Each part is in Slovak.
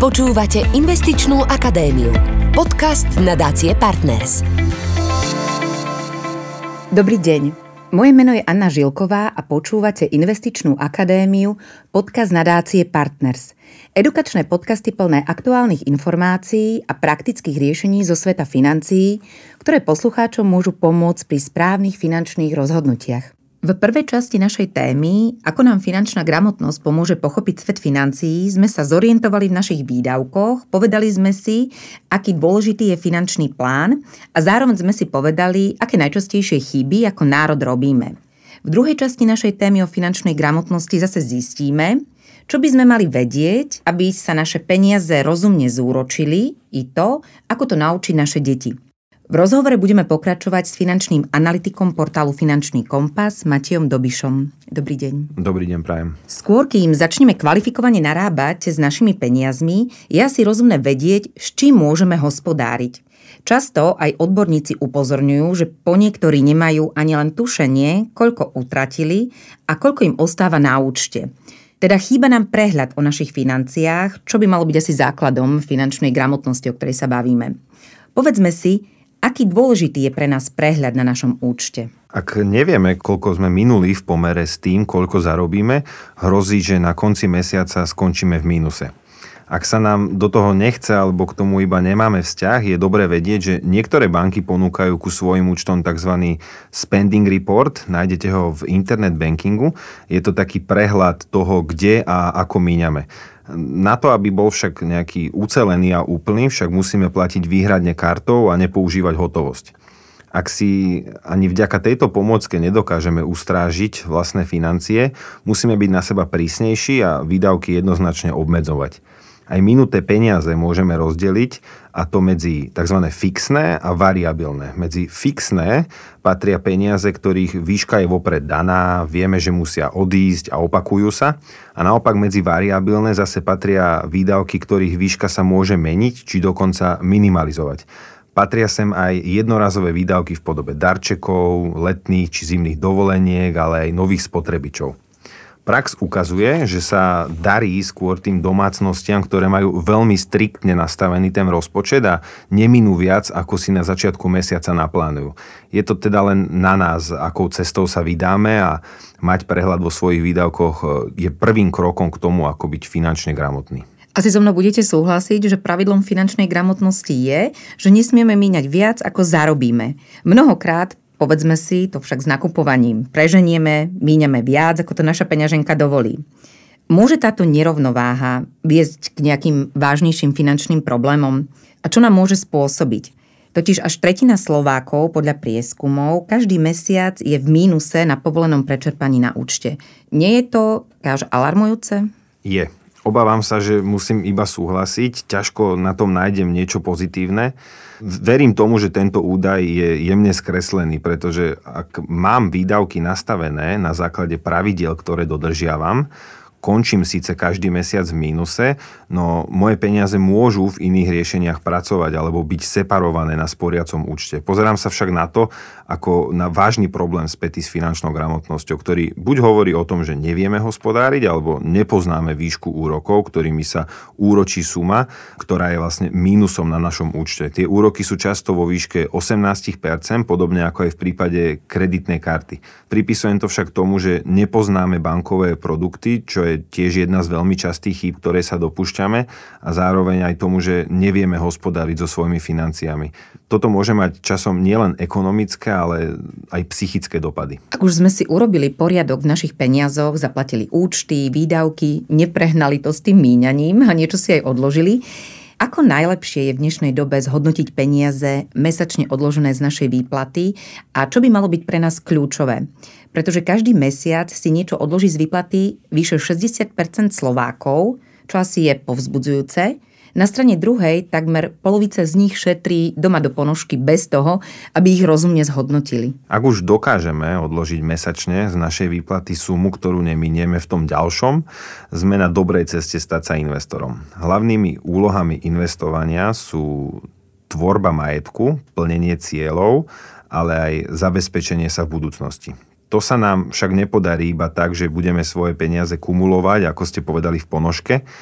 Počúvate Investičnú akadémiu, podcast nadácie Partners. Dobrý deň, moje meno je Anna Žilková a počúvate Investičnú akadémiu, podcast nadácie Partners. Edukačné podcasty plné aktuálnych informácií a praktických riešení zo sveta financií, ktoré poslucháčom môžu pomôcť pri správnych finančných rozhodnutiach. V prvej časti našej témy, ako nám finančná gramotnosť pomôže pochopiť svet financií, sme sa zorientovali v našich výdavkoch, povedali sme si, aký dôležitý je finančný plán a zároveň sme si povedali, aké najčastejšie chyby ako národ robíme. V druhej časti našej témy o finančnej gramotnosti zase zistíme, čo by sme mali vedieť, aby sa naše peniaze rozumne zúročili, i to, ako to naučiť naše deti. V rozhovore budeme pokračovať s finančným analytikom portálu Finančný kompas Matejom Dobišom. Dobrý deň. Dobrý deň, prajem. Skôr, kým začneme kvalifikovane narábať s našimi peniazmi, je asi rozumné vedieť, s čím môžeme hospodáriť. Často aj odborníci upozorňujú, že po niektorí nemajú ani len tušenie, koľko utratili a koľko im ostáva na účte. Teda chýba nám prehľad o našich financiách, čo by malo byť asi základom finančnej gramotnosti, o ktorej sa bavíme. Povedzme si, aký dôležitý je pre nás prehľad na našom účte? Ak nevieme, koľko sme minuli v pomere s tým, koľko zarobíme, hrozí, že na konci mesiaca skončíme v mínuse. Ak sa nám do toho nechce alebo k tomu iba nemáme vzťah, je dobré vedieť, že niektoré banky ponúkajú ku svojim účtom tzv. Spending report, nájdete ho v internet bankingu. Je to taký prehľad toho, kde a ako míňame. Na to, aby bol však nejaký ucelený a úplný, však musíme platiť výhradne kartou a nepoužívať hotovosť. Ak si ani vďaka tejto pomôcke nedokážeme ustrážiť vlastné financie, musíme byť na seba prísnejší a výdavky jednoznačne obmedzovať. Aj minuté peniaze môžeme rozdeliť, a to medzi tzv. Fixné a variabilné. Medzi fixné patria peniaze, ktorých výška je vopred daná, vieme, že musia odísť a opakujú sa. A naopak medzi variabilné zase patria výdavky, ktorých výška sa môže meniť, či dokonca minimalizovať. Patria sem aj jednorazové výdavky v podobe darčekov, letných či zimných dovoleniek, ale aj nových spotrebičov. Prax ukazuje, že sa darí skôr tým domácnostiam, ktoré majú veľmi striktne nastavený ten rozpočet a neminú viac, ako si na začiatku mesiaca naplánujú. Je to teda len na nás, akou cestou sa vydáme, a mať prehľad vo svojich výdavkoch je prvým krokom k tomu, ako byť finančne gramotný. Asi so mnou budete súhlasiť, že pravidlom finančnej gramotnosti je, že nesmieme míňať viac, ako zarobíme. Mnohokrát, povedzme si, to však s nakupovaním preženieme, míňame viac, ako to naša peňaženka dovolí. Môže táto nerovnováha viesť k nejakým vážnejším finančným problémom? A čo nám môže spôsobiť? Totiž až tretina Slovákov podľa prieskumov každý mesiac je v mínuse na povolenom prečerpaní na účte. Nie je to až alarmujúce? Je. Obávam sa, že musím iba súhlasiť. Ťažko na tom nájdem niečo pozitívne. Verím tomu, že tento údaj je jemne skreslený, pretože ak mám výdavky nastavené na základe pravidiel, ktoré dodržiavam, končím síce každý mesiac v mínuse, no moje peniaze môžu v iných riešeniach pracovať alebo byť separované na sporiacom účte. Pozerám sa však na to ako na vážny problém spätý s finančnou gramotnosťou, ktorý buď hovorí o tom, že nevieme hospodáriť, alebo nepoznáme výšku úrokov, ktorými sa úročí suma, ktorá je vlastne mínusom na našom účte. Tie úroky sú často vo výške 18%, podobne ako aj v prípade kreditnej karty. Pripisujem to však tomu, že nepoznáme bankové produkty, čo je tiež jedna z veľmi častých chýb, ktoré sa dopúšťame, a zároveň aj tomu, že nevieme hospodáriť so svojimi financiami. Toto môže mať časom nielen ekonomické, ale aj psychické dopady. Ak už sme si urobili poriadok v našich peniazoch, zaplatili účty, výdavky, neprehnali to s tým míňaním a niečo si aj odložili, ako najlepšie je v dnešnej dobe zhodnotiť peniaze mesačne odložené z našej výplaty a čo by malo byť pre nás kľúčové? Pretože každý mesiac si niečo odloží z výplaty vyše 60% Slovákov, čo asi je povzbudzujúce. Na strane druhej takmer polovica z nich šetrí doma do ponožky bez toho, aby ich rozumne zhodnotili. Ak už dokážeme odložiť mesačne z našej výplaty sumu, ktorú neminieme v tom ďalšom, sme na dobrej ceste stať sa investorom. Hlavnými úlohami investovania sú tvorba majetku, plnenie cieľov, ale aj zabezpečenie sa v budúcnosti. To sa nám však nepodarí iba tak, že budeme svoje peniaze kumulovať, ako ste povedali, v ponožke,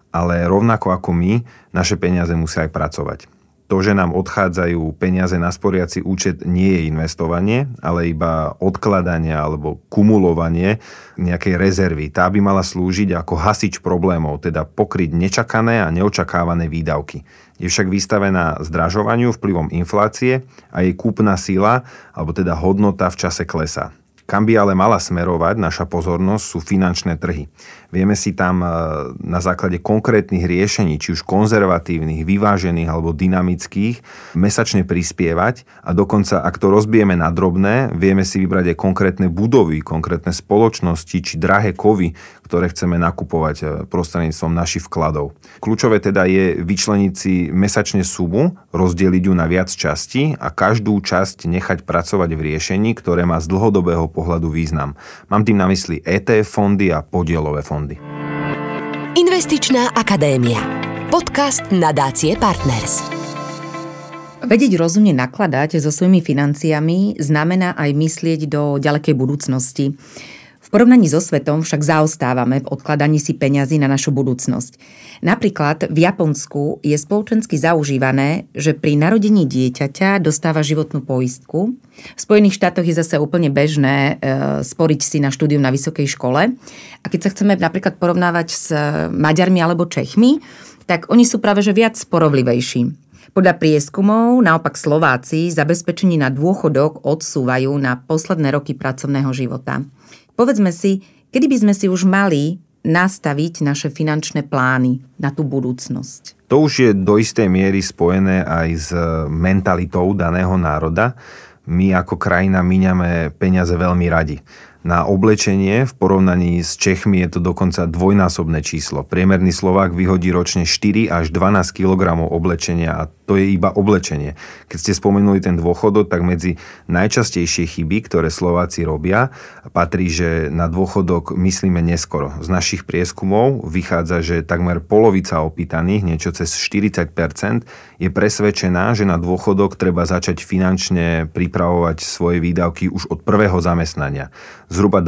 ale rovnako ako my, naše peniaze musia aj pracovať. To, že nám odchádzajú peniaze na sporiaci účet, nie je investovanie, ale iba odkladanie alebo kumulovanie nejakej rezervy. Tá by mala slúžiť ako hasič problémov, teda pokryť nečakané a neočakávané výdavky. Je však vystavená zdražovaniu vplyvom inflácie a jej kúpna sila, alebo teda hodnota v čase klesá. Kam by ale mala smerovať naša pozornosť sú finančné trhy. Vieme si tam na základe konkrétnych riešení, či už konzervatívnych, vyvážených alebo dynamických, mesačne prispievať a dokonca, ak to rozbijeme na drobné, vieme si vybrať aj konkrétne budovy, konkrétne spoločnosti či drahé kovy, ktoré chceme nakupovať prostredníctvom našich vkladov. Kľúčové teda je vyčleniť si mesačne sumu, rozdeliť ju na viac častí a každú časť nechať pracovať v riešení, ktoré má z dlhodobého pohľadu význam. Mám tým na mysli ETF fondy a podielové fondy. Investičná akadémia. Podcast nadácie Partners. Vedieť rozumne nakladať so svojimi financiami znamená aj myslieť do ďalekej budúcnosti. V porovnaní so svetom však zaostávame v odkladaní si peňazí na našu budúcnosť. Napríklad v Japonsku je spoločensky zaužívané, že pri narodení dieťaťa dostáva životnú poistku. V Spojených štátoch je zase úplne bežné sporiť si na štúdium na vysokej škole. A keď sa chceme napríklad porovnávať s Maďarmi alebo Čechmi, tak oni sú práve že viac sporovlivejší. Podľa prieskumov naopak Slováci zabezpečení na dôchodok odsúvajú na posledné roky pracovného života. Povedzme si, kedy by sme si už mali nastaviť naše finančné plány na tú budúcnosť? To už je do istej miery spojené aj s mentalitou daného národa. My ako krajina míňame peniaze veľmi radi. Na oblečenie v porovnaní s Čechmi je to dokonca dvojnásobné číslo. Priemerný Slovák vyhodí ročne 4 až 12 kg oblečenia a to je iba oblečenie. Keď ste spomenuli ten dôchodok, tak medzi najčastejšie chyby, ktoré Slováci robia, patrí, že na dôchodok myslíme neskoro. Z našich prieskumov vychádza, že takmer polovica opýtaných, niečo cez 40%, je presvedčená, že na dôchodok treba začať finančne pripravovať svoje výdavky už od prvého zamestnania. Zhruba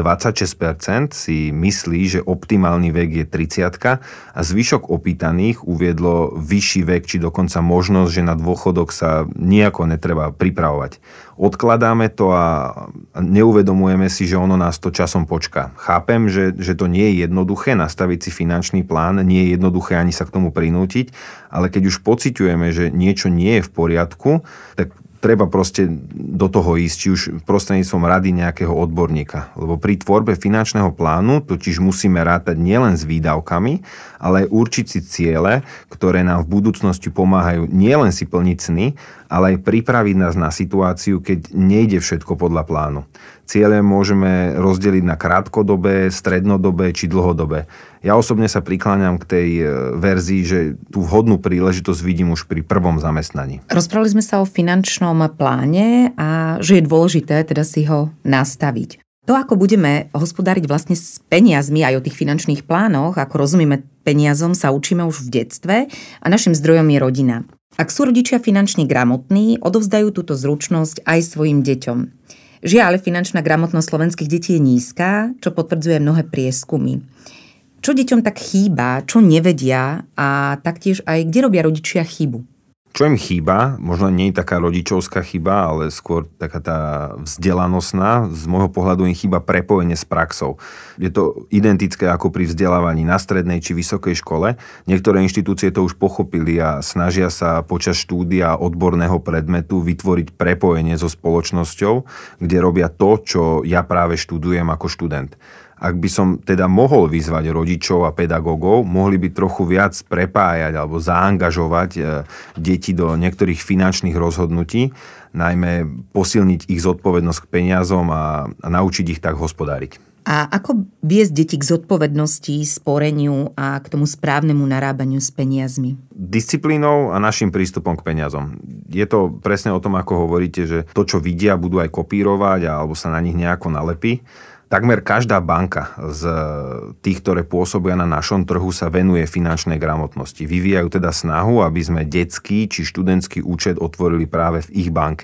26% si myslí, že optimálny vek je 30 a zvyšok opýtaných uviedlo vyšší vek, či dokonca možnosť, že na dôchodok sa nejako netreba pripravovať. Odkladáme to a neuvedomujeme si, že ono nás to časom počká. Chápem, že to nie je jednoduché nastaviť si finančný plán, nie je jednoduché ani sa k tomu prinútiť, ale keď už pociťujeme, že niečo nie je v poriadku, tak treba proste do toho ísť, či už prostredníctvom rady nejakého odborníka. Lebo pri tvorbe finančného plánu totiž musíme rátať nielen s výdavkami, ale aj určiť si ciele, ktoré nám v budúcnosti pomáhajú nielen si plniť sny, ale aj pripraviť nás na situáciu, keď nejde všetko podľa plánu. Ciele môžeme rozdeliť na krátkodobé, strednodobé či dlhodobé. Ja osobne sa prikláňam k tej verzii, že tú vhodnú príležitosť vidím už pri prvom zamestnaní. Rozprávali sme sa o finančnom pláne a že je dôležité teda si ho nastaviť. To, ako budeme hospodáriť vlastne s peniazmi aj o tých finančných plánoch, ako rozumieme peniazom, sa učíme už v detstve a našim zdrojom je rodina. Ak sú rodičia finančne gramotní, odovzdajú túto zručnosť aj svojim deťom. Žiaľ, finančná gramotnosť slovenských detí je nízka, čo potvrdzuje mnohé prieskumy. Čo deťom tak chýba, čo nevedia a taktiež aj kde robia rodičia chybu? Čo im chýba, možno nie je taká rodičovská chyba, ale skôr taká tá vzdelanostná. Z môjho pohľadu im chýba prepojenie s praxou. Je to identické ako pri vzdelávaní na strednej či vysokej škole. Niektoré inštitúcie to už pochopili a snažia sa počas štúdia odborného predmetu vytvoriť prepojenie so spoločnosťou, kde robia to, čo ja práve študujem ako študent. Ak by som teda mohol vyzvať rodičov a pedagógov, mohli by trochu viac prepájať alebo zaangažovať deti do niektorých finančných rozhodnutí, najmä posilniť ich zodpovednosť k peniazom a naučiť ich tak hospodáriť. A ako viesť deti k zodpovednosti, sporeniu a k tomu správnemu narábaniu s peniazmi? Disciplínou a našim prístupom k peniazom. Je to presne o tom, ako hovoríte, že to, čo vidia, budú aj kopírovať alebo sa na nich nejako nalepí. Takmer každá banka z tých, ktoré pôsobia na našom trhu, sa venuje finančnej gramotnosti. Vyvíjajú teda snahu, aby sme detský či študentský účet otvorili práve v ich banke.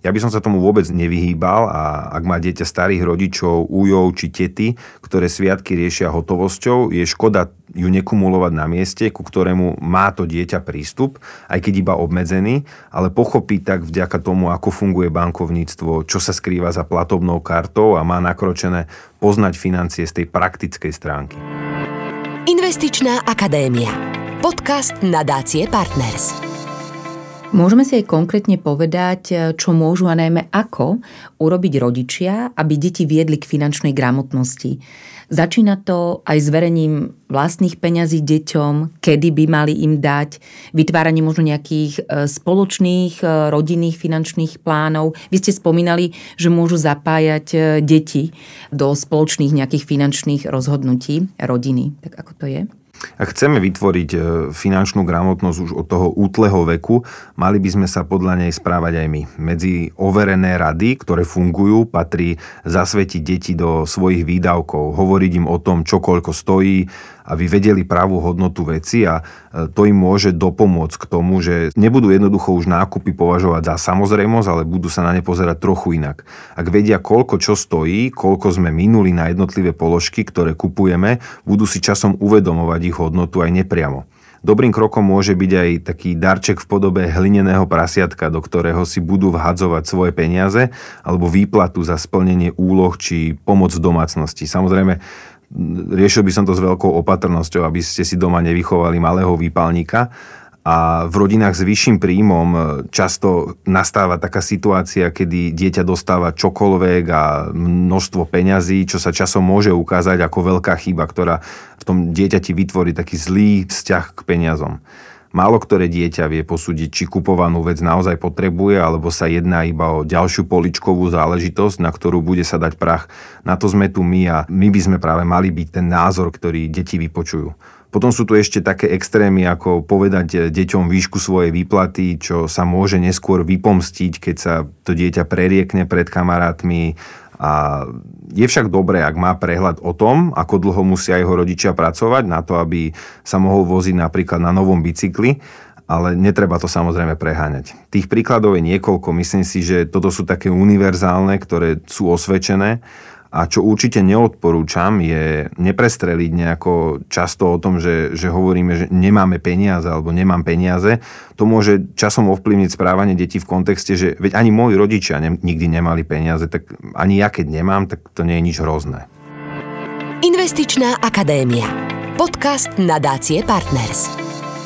Ja by som sa tomu vôbec nevyhýbal a ak má dieťa starých rodičov, újov či tety, ktoré sviatky riešia hotovosťou, je škoda ju nekumulovať na mieste, ku ktorému má to dieťa prístup, aj keď iba obmedzený, ale pochopí tak vďaka tomu, ako funguje bankovníctvo, čo sa skrýva za platobnou kartou a má nakročené poznať financie z tej praktickej stránky. Investičná akadémia. Podcast nadácie Partners. Môžeme si aj konkrétne povedať, čo môžu a najmä ako urobiť rodičia, aby deti viedli k finančnej gramotnosti. Začína to aj s verením vlastných peňazí deťom, kedy by mali im dať, vytváranie možno nejakých spoločných rodinných finančných plánov. Vy ste spomínali, že môžu zapájať deti do spoločných nejakých finančných rozhodnutí rodiny. Tak ako to je? Ak chceme vytvoriť finančnú gramotnosť už od toho útleho veku, mali by sme sa podľa nej správať aj my. Medzi overené rady, ktoré fungujú, patrí zasvetiť deti do svojich výdavkov, hovoriť im o tom, čo koľko stojí, aby vedeli pravú hodnotu veci a to im môže dopomôcť k tomu, že nebudú jednoducho už nákupy považovať za samozrejmosť, ale budú sa na ne pozerať trochu inak. Ak vedia, koľko čo stojí, koľko sme minuli na jednotlivé položky, ktoré kupujeme, budú si časom uvedomovať ich hodnotu aj nepriamo. Dobrým krokom môže byť aj taký darček v podobe hlineného prasiatka, do ktorého si budú vhadzovať svoje peniaze alebo výplatu za splnenie úloh či pomoc v domácnosti. Samozrejme, riešil by som to s veľkou opatrnosťou, aby ste si doma nevychovali malého výpalníka. A v rodinách s vyšším príjmom často nastáva taká situácia, kedy dieťa dostáva čokoľvek a množstvo peňazí, čo sa časom môže ukázať ako veľká chyba, ktorá v tom dieťati vytvorí taký zlý vzťah k peniazom. Málo ktoré dieťa vie posúdiť, či kupovanú vec naozaj potrebuje, alebo sa jedná iba o ďalšiu poličkovú záležitosť, na ktorú bude sa dať prach. Na to sme tu my a my by sme práve mali byť ten názor, ktorý deti vypočujú. Potom sú tu ešte také extrémy, ako povedať deťom výšku svojej výplaty, čo sa môže neskôr vypomstiť, keď sa to dieťa preriekne pred kamarátmi. A je však dobré, ak má prehľad o tom, ako dlho musia jeho rodičia pracovať na to, aby sa mohol voziť napríklad na novom bicykli, ale netreba to samozrejme preháňať. Tých príkladov je niekoľko, myslím si, že toto sú také univerzálne, ktoré sú osvedčené. A čo určite neodporúčam, je neprestreliť nejako často o tom, že hovoríme, že nemáme peniaze alebo nemám peniaze. To môže časom ovplyvniť správanie detí v kontexte, že veď ani moji rodičia nikdy nemali peniaze, tak ani ja keď nemám, tak to nie je nič hrozné. Investičná akadémia. Podcast nadácie Partners.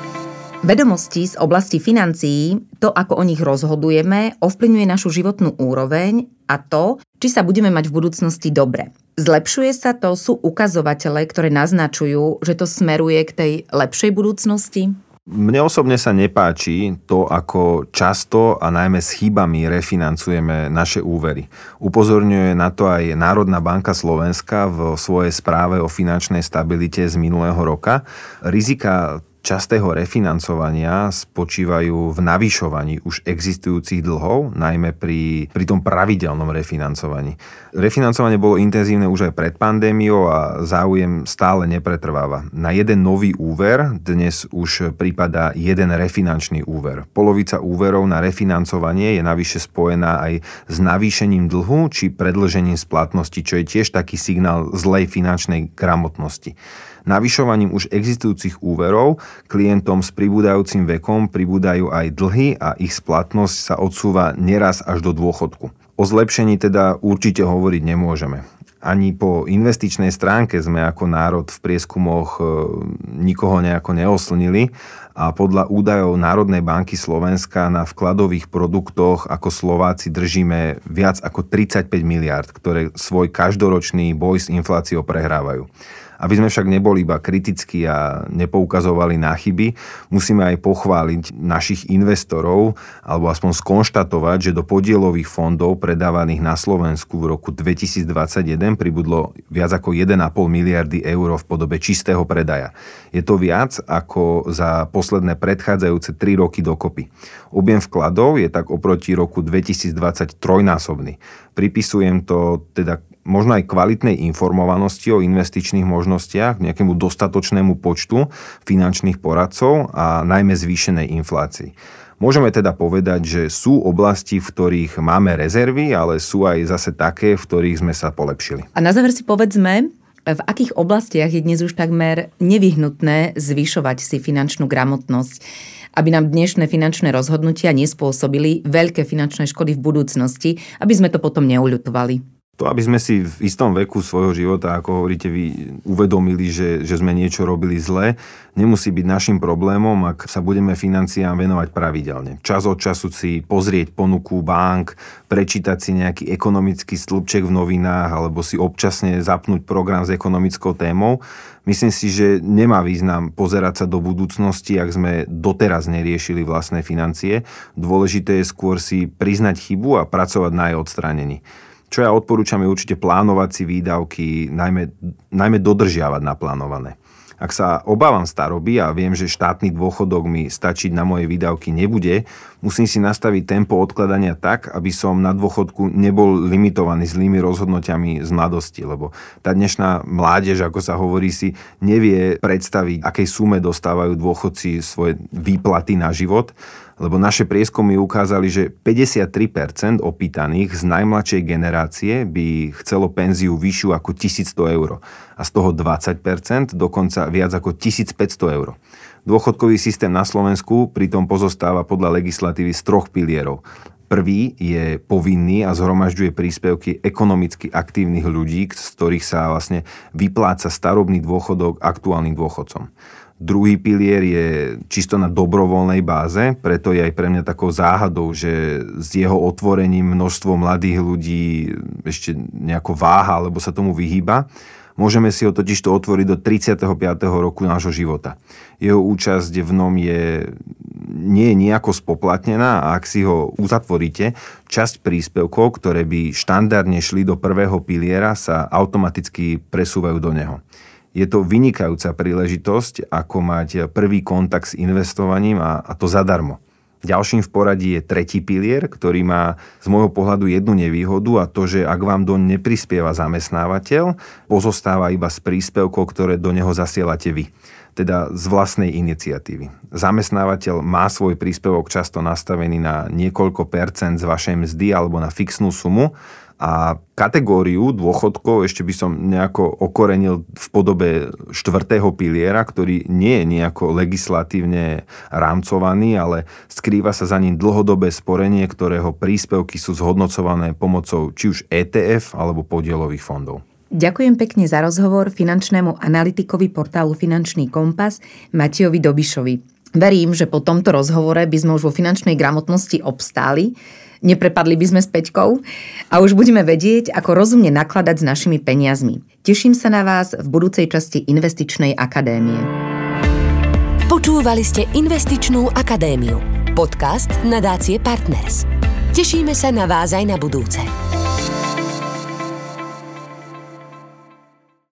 Vedomosti z oblasti financií, to, ako o nich rozhodujeme, ovplyvňuje našu životnú úroveň a to, či sa budeme mať v budúcnosti dobre. Zlepšuje sa to, sú ukazovatele, ktoré naznačujú, že to smeruje k tej lepšej budúcnosti? Mne osobne sa nepáči to, ako často a najmä s chybami refinancujeme naše úvery. Upozorňuje na to aj Národná banka Slovenska v svojej správe o finančnej stabilite z minulého roka. Rizika častého refinancovania spočívajú v navyšovaní už existujúcich dlhov, najmä pri tom pravidelnom refinancovaní. Refinancovanie bolo intenzívne už aj pred pandémiou a záujem stále nepretrváva. Na jeden nový úver dnes už pripadá jeden refinančný úver. Polovica úverov na refinancovanie je navyše spojená aj s navýšením dlhu či predĺžením splatnosti, čo je tiež taký signál zlej finančnej gramotnosti. Navyšovaním už existujúcich úverov klientom s pribúdajúcim vekom pribúdajú aj dlhy a ich splatnosť sa odsúva neraz až do dôchodku. O zlepšení teda určite hovoriť nemôžeme. Ani po investičnej stránke sme ako národ v prieskumoch nikoho nejako neoslnili a podľa údajov Národnej banky Slovenska na vkladových produktoch ako Slováci držíme viac ako 35 miliárd, ktoré svoj každoročný boj s infláciou prehrávajú. Aby sme však neboli iba kritickí a nepoukazovali na chyby, musíme aj pochváliť našich investorov alebo aspoň skonštatovať, že do podielových fondov predávaných na Slovensku v roku 2021 pribudlo viac ako 1,5 miliardy eur v podobe čistého predaja. Je to viac ako za posledné predchádzajúce 3 roky dokopy. Objem vkladov je tak oproti roku 2020 trojnásobný. Pripisujem to teda možno aj kvalitnej informovanosti o investičných možnostiach, nejakému dostatočnému počtu finančných poradcov a najmä zvýšenej inflácii. Môžeme teda povedať, že sú oblasti, v ktorých máme rezervy, ale sú aj zase také, v ktorých sme sa polepšili. A na záver si povedzme, v akých oblastiach je dnes už takmer nevyhnutné zvyšovať si finančnú gramotnosť, aby nám dnešné finančné rozhodnutia nespôsobili veľké finančné škody v budúcnosti, aby sme to potom neuľutovali. To, aby sme si v istom veku svojho života, ako hovoríte vy, uvedomili, že sme niečo robili zle, nemusí byť našim problémom, ak sa budeme financiám venovať pravidelne. Čas od času si pozrieť ponuku bank, prečítať si nejaký ekonomický stĺpček v novinách alebo si občasne zapnúť program s ekonomickou témou. Myslím si, že nemá význam pozerať sa do budúcnosti, ak sme doteraz neriešili vlastné financie. Dôležité je skôr si priznať chybu a pracovať na jej odstránení. Čo ja odporúčam je určite plánovať si výdavky, najmä dodržiavať naplánované. Ak sa obávam staroby a viem, že štátny dôchodok mi stačiť na moje výdavky nebude, musím si nastaviť tempo odkladania tak, aby som na dôchodku nebol limitovaný zlými rozhodnutiami z mladosti, lebo tá dnešná mládež, ako sa hovorí, si nevie predstaviť, akej sume dostávajú dôchodci svoje výplaty na život, lebo naše prieskumy ukázali, že 53% opýtaných z najmladšej generácie by chcelo penziu vyššiu ako 1100 eur a z toho 20% dokonca viac ako 1500 eur. Dôchodkový systém na Slovensku pritom pozostáva podľa legislatívy z 3 pilierov. Prvý je povinný a zhromažďuje príspevky ekonomicky aktívnych ľudí, z ktorých sa vlastne vypláca starobný dôchodok aktuálnym dôchodcom. Druhý pilier je čisto na dobrovoľnej báze, preto je aj pre mňa takou záhadou, že s jeho otvorením množstvo mladých ľudí ešte nejako váha, alebo sa tomu vyhýba. Môžeme si ho totižto otvoriť do 35. roku nášho života. Jeho účasť v ňom nie je nejako spoplatnená a ak si ho uzatvoríte, časť príspevkov, ktoré by štandardne šli do prvého piliera, sa automaticky presúvajú do neho. Je to vynikajúca príležitosť, ako mať prvý kontakt s investovaním a to zadarmo. Ďalším v poradí je tretí pilier, ktorý má z môjho pohľadu jednu nevýhodu a to, že ak vám doň neprispieva zamestnávateľ, pozostáva iba z príspevkov, ktoré do neho zasielate vy. Teda z vlastnej iniciatívy. Zamestnávateľ má svoj príspevok často nastavený na niekoľko percent z vašej mzdy alebo na fixnú sumu, a kategóriu dôchodkov ešte by som nejako okorenil v podobe 4. piliera, ktorý nie je nejako legislatívne rámcovaný, ale skrýva sa za ním dlhodobé sporenie, ktorého príspevky sú zhodnocované pomocou či už ETF alebo podielových fondov. Ďakujem pekne za rozhovor finančnému analytikovi portálu Finančný kompas Matejovi Dobišovi. Verím, že po tomto rozhovore by sme už vo finančnej gramotnosti obstáli, neprepadli by sme s Peťkou a už budeme vedieť, ako rozumne nakladať s našimi peniazmi. Teším sa na vás v budúcej časti Investičnej akadémie. Počúvali ste Investičnú akadémiu, podcast nadácie Partners. Tešíme sa na vás aj na budúce.